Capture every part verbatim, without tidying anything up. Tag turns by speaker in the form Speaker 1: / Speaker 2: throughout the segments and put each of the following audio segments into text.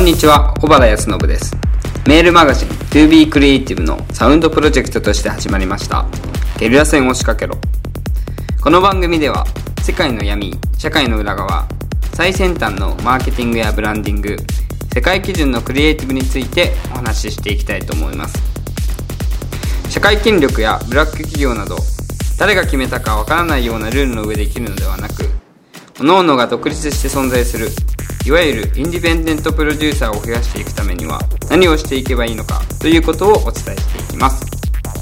Speaker 1: んにちは、小原康信です。メールマガジン トゥービー Creative のサウンドプロジェクトとして始まりましたゲリラ戦を仕掛けろ。この番組では世界の闇、社会の裏側、最先端のマーケティングやブランディング、世界基準のクリエイティブについてお話ししていきたいと思います。社会権力やブラック企業など誰が決めたかわからないようなルールの上で生きるのではなく、各々が独立して存在するいわゆるインディペンデントプロデューサーを増やしていくためには何をしていけばいいのかということをお伝えしていきます。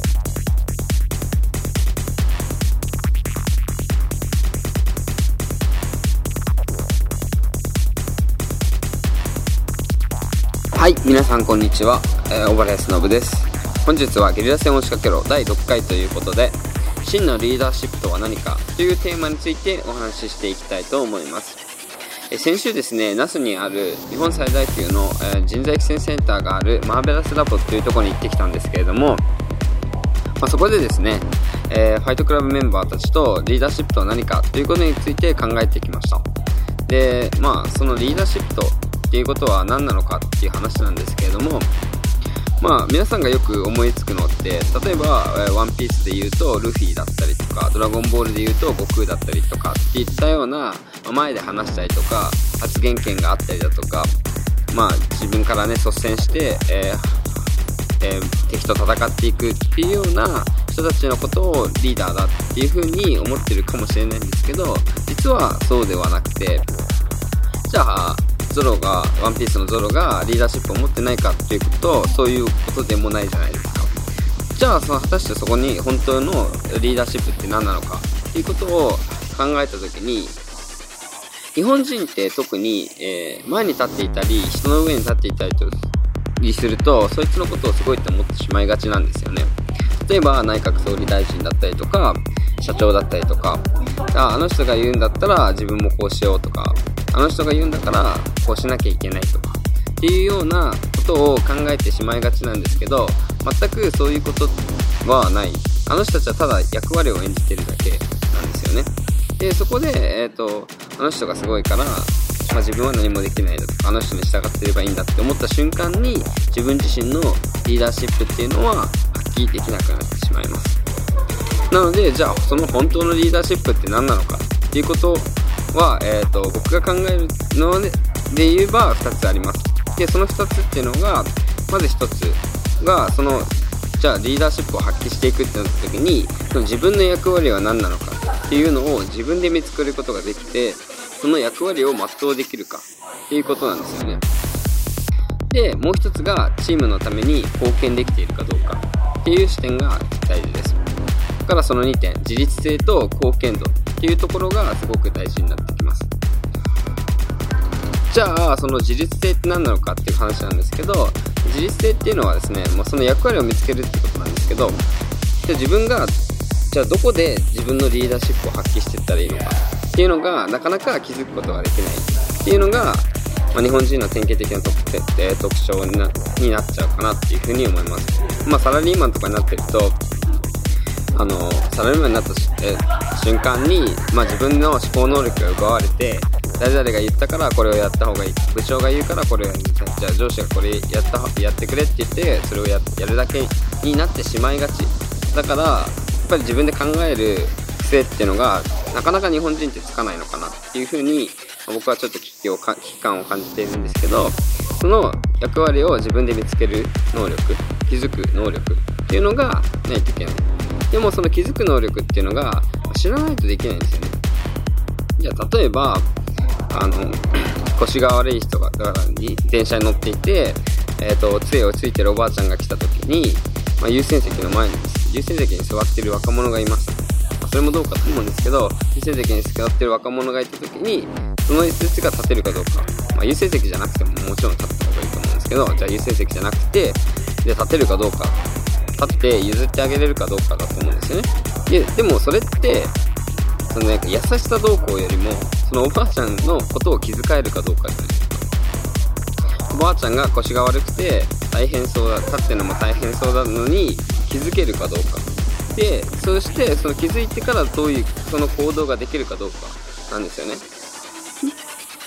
Speaker 1: はい、皆さんこんにちは、えー、小原康信です。本日はゲリラ戦を仕掛けろだいろっかいということで、真のリーダーシップとは何かというテーマについてお話ししていきたいと思います。え先週ですね、那須にある日本最大級の、えー、人材育成センターがあるマーベラスラボというところに行ってきたんですけれども、まあ、そこでですね、えー、ファイトクラブメンバーたちとリーダーシップとは何かということについて考えてきました。で、まあそのリーダーシップとっていうことは何なのかっていう話なんですけれども、まあ皆さんがよく思いつくのって、例えばワンピースで言うとルフィだったりとか、ドラゴンボールで言うと悟空だったりとかっていったような前で話したりとか発言権があったりだとか、まあ自分からね率先して、えーえー、敵と戦っていくっていうような人たちのことをリーダーだっていう風に思ってるかもしれないんですけど、実はそうではなくて、じゃあゾロがワンピースのゾロがリーダーシップを持ってないかっていうこと、そういうことでもないじゃないですか。じゃあその果たしてそこに本当のリーダーシップって何なのかっていうことを考えたときに、日本人って特に、えー、前に立っていたり人の上に立っていたりとすると、そいつのことをすごいって思ってしまいがちなんですよね。例えば内閣総理大臣だったりとか社長だったりとか、あ、あの人が言うんだったら自分もこうしようとか、あの人が言うんだからこうしなきゃいけないとかっていうようなことを考えてしまいがちなんですけど、全くそういうことはない。あの人たちはただ役割を演じてるだけなんですよね。でそこで、えーと、あの人がすごいから、まあ、自分は何もできないだとか、あの人に従ってればいいんだって思った瞬間に自分自身のリーダーシップっていうのは発揮できなくなってしまいます。なので、じゃあその本当のリーダーシップって何なのかっていうことは、えーと、僕が考えるので、で言えばふたつあります。でそのふたつっていうのが、まずひとつがそのじゃあリーダーシップを発揮していくってなった時に、その自分の役割は何なのかっていうのを自分で見つけることができて、その役割を全うできるかっていうことなんですよね。でもう一つがチームのために貢献できているかどうかっていう視点が大事です。だからそのにてん、自律性と貢献度っていうところがすごく大事になってきます。じゃあその自律性って何なのかっていう話なんですけど、自律性っていうのはですね、もうその役割を見つけるってことなんですけど、じゃあ自分がじゃあどこで自分のリーダーシップを発揮していったらいいのかっていうのがなかなか気づくことができないっていうのが、まあ、日本人の典型的な特え特徴に な, になっちゃうかなっていうふうに思います。まあサラリーマンとかになってると、あのサラリーマンになった、え瞬間に、まあ、自分の思考能力が奪われて、誰々が言ったからこれをやった方がいい、部長が言うからこれをやる、じゃあ上司がこれやったやってくれって言ってそれを や, やるだけになってしまいがちだから、やっぱり自分で考える癖っていうのがなかなか日本人ってつかないのかなっていうふうに僕はちょっと危機をか危機感を感じているんですけど、その役割を自分で見つける能力、気づく能力っていうのがないといけない。でもその気づく能力っていうのが知らないとできないんですよね。じゃあ例えばあの腰が悪い人がだから電車に乗っていて、えーと、杖をついてるおばあちゃんが来た時に、まあ、優先席の前に優先席に座っている若者がいます。それもどうかと思うんですけど、優先席に座っている若者がいた時にその椅子が立てるかどうか、まあ、優先席じゃなくてももちろん立った方がいいと思うんですけど、じゃあ優先席じゃなくてで立てるかどうか、立って譲ってあげれるかどうかだと思うんですよね。で、でもそれってその、ね、優しさどうこうよりもそのおばあちゃんのことを気遣えるかどうかじゃないですか。おばあちゃんが腰が悪くて大変そうだ、立ってるのも大変そうなのに気づけるかどうかで、そしてその気づいてからどういうその行動ができるかどうかなんですよね。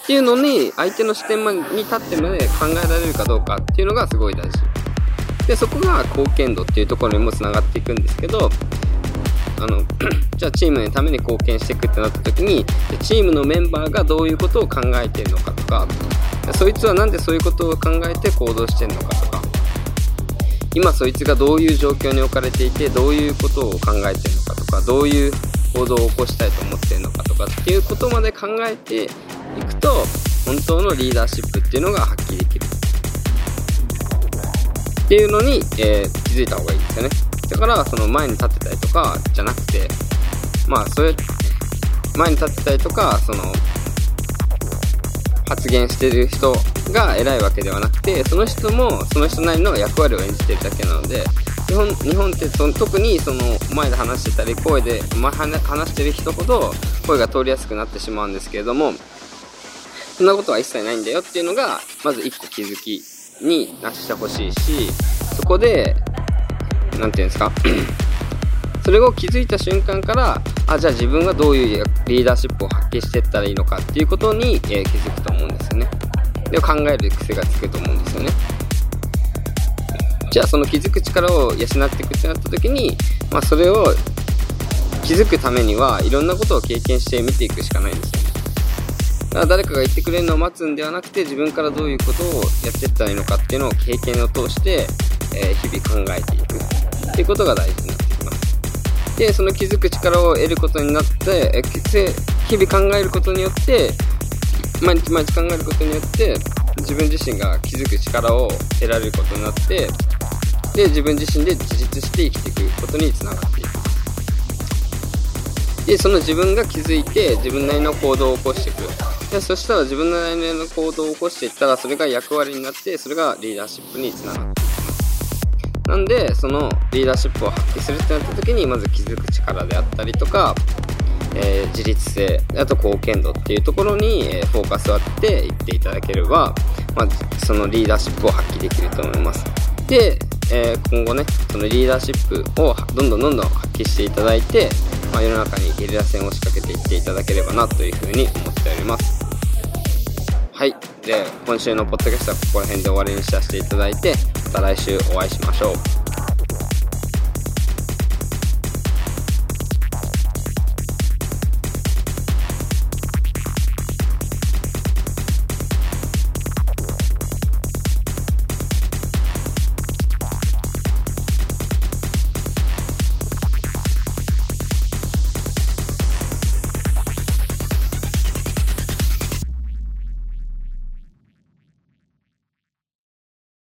Speaker 1: っていうのに相手の視点に立ってまで考えられるかどうかっていうのがすごい大事で、そこが貢献度っていうところにもつながっていくんですけど、あのじゃあチームのために貢献していくってなった時に、チームのメンバーがどういうことを考えているのかとか、そいつはなんでそういうことを考えて行動しているのかとか、今そいつがどういう状況に置かれていてどういうことを考えているのかとか、どういう行動を起こしたいと思っているのかとかっていうことまで考えていくと、本当のリーダーシップっていうのが発揮できるっていうのに、えー、気づいた方がいいですよね。だからその前に立ってたりとかじゃなくて、まあそれ前に立ってたりとか、その発言してる人が偉いわけではなくて、その人もその人なりの役割を演じてるだけなので、日本日本ってその特にその前で話してたり声で、ま、話してる人ほど声が通りやすくなってしまうんですけれども、そんなことは一切ないんだよっていうのがまず一個気づきになしてほしいし、そこでなんていうんですかそれを気づいた瞬間から、あ、じゃあ自分がどういうリーダーシップを発揮していったらいいのかっていうことに、えー、気づくと思うんですよね。で考える癖がつくと思うんですよね。じゃあその気づく力を養っていくってなった時に、まあ、それを気づくためにはいろんなことを経験して見ていくしかないんですよね。だから誰かが言ってくれるのを待つんではなくて、自分からどういうことをやっていったらいいのかっていうのを経験を通して、えー、日々考えていくっていうことが大事になってきます。でその気づく力を得ることになって、え日々考えることによって、毎日毎日考えることによって自分自身が気づく力を得られることになって、で自分自身で自立して生きていくことにつながっていく。でその自分が気づいて自分なりの行動を起こしていく。でそしたら自分なりの行動を起こしていったら、それが役割になって、それがリーダーシップにつながっていきます。なんでそのリーダーシップを発揮するってなった時に、まず気づく力であったりとか、えー、自立性、あと貢献度っていうところに、えー、フォーカスを当てていっていただければ、まあ、そのリーダーシップを発揮できると思います。で、えー、今後ね、そのリーダーシップをどんどんどんどん発揮していただいて、まあ、世の中にゲリラ戦を仕掛けていっていただければなというふうに思っております。はい。で、今週のポッドキャストはここら辺で終わりにさせていただいて、また来週お会いしましょう。